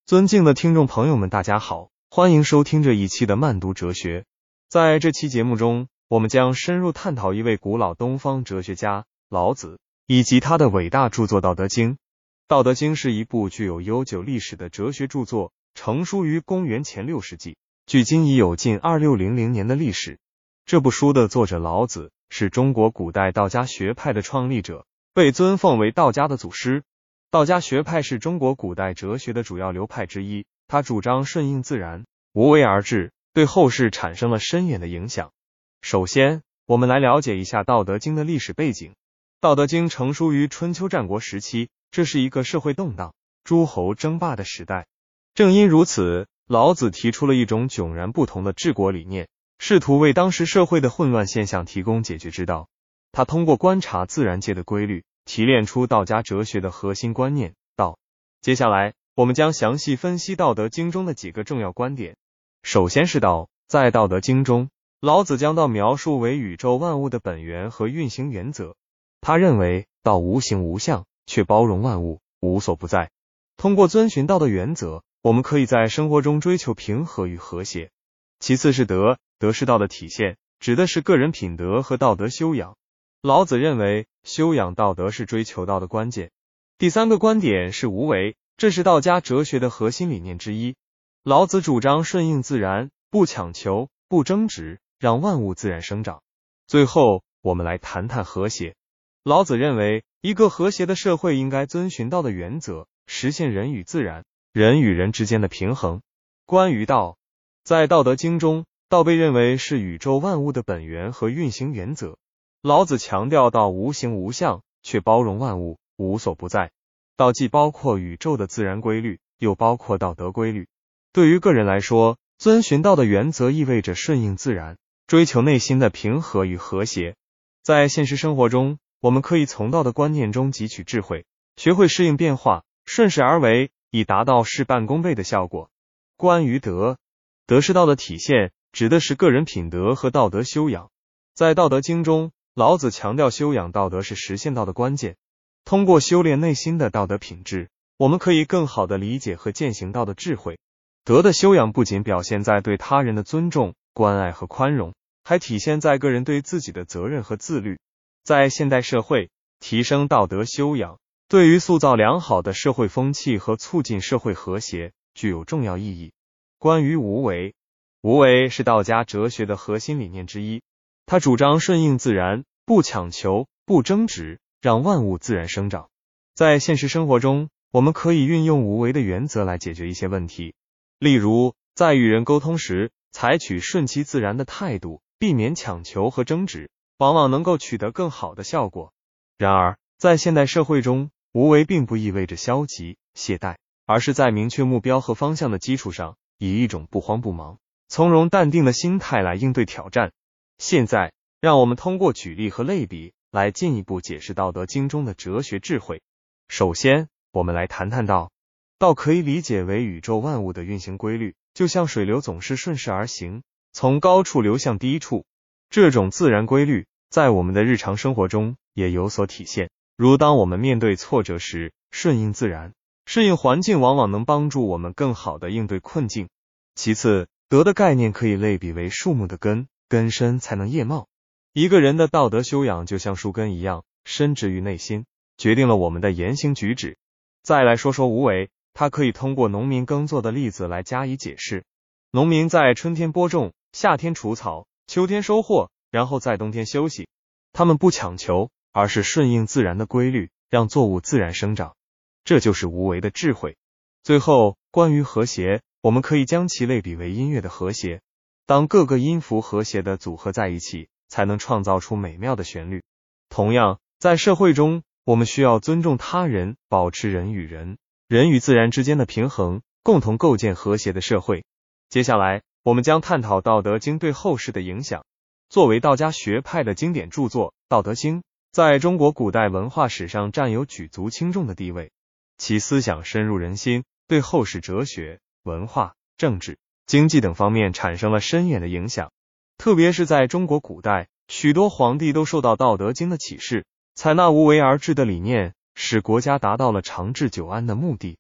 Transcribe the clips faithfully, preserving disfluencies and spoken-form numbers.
尊敬的听众朋友们，大家好，欢迎收听这一期的慢读哲学。在这期节目中，我们将深入探讨一位古老东方哲学家老子，以及他的伟大著作《道德经》。《道德经》是一部具有悠久历史的哲学著作，成书于公元前六世纪，距今已有近二六零零年的历史。这部书的作者老子是中国古代道家学派的创立者，被尊奉为道家的祖师。道家学派是中国古代哲学的主要流派之一，它主张顺应自然，无为而治，对后世产生了深远的影响。首先，我们来了解一下《道德经》的历史背景。《道德经》成书于春秋战国时期，这是一个社会动荡、诸侯争霸的时代。正因如此，老子提出了一种迥然不同的治国理念，试图为当时社会的混乱现象提供解决之道。他通过观察自然界的规律，提炼出道家哲学的核心观念道。接下来，我们将详细分析《道德经》中的几个重要观点。首先是道。在《道德经》中，老子将道描述为宇宙万物的本源和运行原则。他认为道无形无相，却包容万物，无所不在。通过遵循道的原则，我们可以在生活中追求平和与和谐。其次是德。德是道的体现，指的是个人品德和道德修养。老子认为修养道德是追求道的关键。第三个观点是无为，这是道家哲学的核心理念之一。老子主张顺应自然，不强求，不争执，让万物自然生长。最后，我们来谈谈和谐。老子认为一个和谐的社会应该遵循道的原则，实现人与自然、人与人之间的平衡。关于道，在《道德经》中，道被认为是宇宙万物的本源和运行原则。老子强调道无形无相，却包容万物，无所不在。道既包括宇宙的自然规律，又包括道德规律。对于个人来说，遵循道的原则意味着顺应自然，追求内心的平和与和谐。在现实生活中，我们可以从道的观念中汲取智慧，学会适应变化，顺势而为，以达到事半功倍的效果。关于德，德是道的体现，指的是个人品德和道德修养。在《道德经》中，老子强调修养道德是实现道的关键。通过修炼内心的道德品质，我们可以更好地理解和践行道的智慧。德的修养不仅表现在对他人的尊重、关爱和宽容，还体现在个人对自己的责任和自律。在现代社会，提升道德修养，对于塑造良好的社会风气和促进社会和谐，具有重要意义。关于无为，无为是道家哲学的核心理念之一。他主张顺应自然，不强求，不争执，让万物自然生长。在现实生活中，我们可以运用无为的原则来解决一些问题。例如，在与人沟通时，采取顺其自然的态度，避免强求和争执，往往能够取得更好的效果。然而，在现代社会中，无为并不意味着消极、懈怠，而是在明确目标和方向的基础上，以一种不慌不忙、从容淡定的心态来应对挑战。现在，让我们通过举例和类比来进一步解释《道德经》中的哲学智慧。首先，我们来谈谈道。道可以理解为宇宙万物的运行规律，就像水流总是顺势而行，从高处流向低处。这种自然规律在我们的日常生活中也有所体现，如当我们面对挫折时，顺应自然，适应环境往往能帮助我们更好地应对困境。其次，德的概念可以类比为树木的根，根深才能叶茂。一个人的道德修养就像树根一样，深植于内心，决定了我们的言行举止。再来说说无为，它可以通过农民耕作的例子来加以解释。农民在春天播种，夏天除草，秋天收获，然后在冬天休息。他们不强求，而是顺应自然的规律，让作物自然生长。这就是无为的智慧。最后，关于和谐，我们可以将其类比为音乐的和谐。当各个音符和谐的组合在一起，才能创造出美妙的旋律。同样，在社会中，我们需要尊重他人，保持人与人、人与自然之间的平衡，共同构建和谐的社会。接下来，我们将探讨《道德经》对后世的影响。作为道家学派的经典著作，《道德经》在中国古代文化史上占有举足轻重的地位。其思想深入人心，对后世哲学、文化、政治、经济等方面产生了深远的影响。特别是在中国古代，许多皇帝都受到《道德经》的启示，采纳无为而治的理念，使国家达到了长治久安的目的。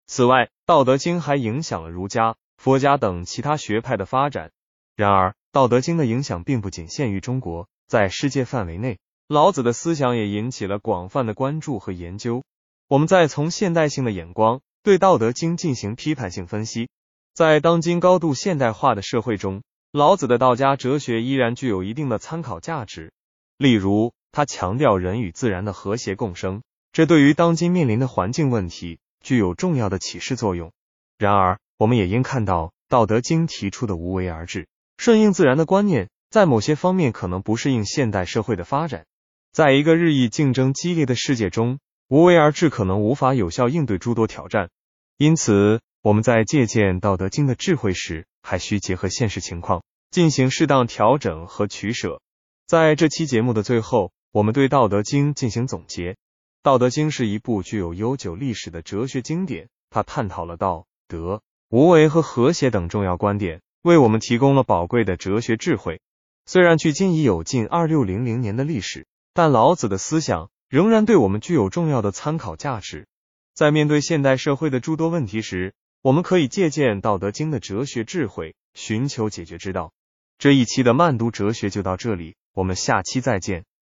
此外，《道德经》还影响了儒家、佛家等其他学派的发展。然而，《道德经》的影响并不仅限于中国，在世界范围内，老子的思想也引起了广泛的关注和研究。我们再从现代性的眼光对《道德经》进行批判性分析。在当今高度现代化的社会中，老子的道家哲学依然具有一定的参考价值。例如，他强调人与自然的和谐共生，这对于当今面临的环境问题具有重要的启示作用。然而，我们也应看到《道德经》提出的无为而治、顺应自然的观念，在某些方面可能不适应现代社会的发展。在一个日益竞争激烈的世界中，无为而治可能无法有效应对诸多挑战。因此，我们在借鉴《道德经》的智慧时，还需结合现实情况，进行适当调整和取舍。在这期节目的最后，我们对《道德经》进行总结。《道德经》是一部具有悠久历史的哲学经典，它探讨了道、德、无为和和谐等重要观点，为我们提供了宝贵的哲学智慧。虽然距今已有近二六零零年的历史，但老子的思想仍然对我们具有重要的参考价值。在面对现代社会的诸多问题时，我们可以借鉴《道德经》的哲学智慧，寻求解决之道。这一期的慢读哲学就到这里，我们下期再见。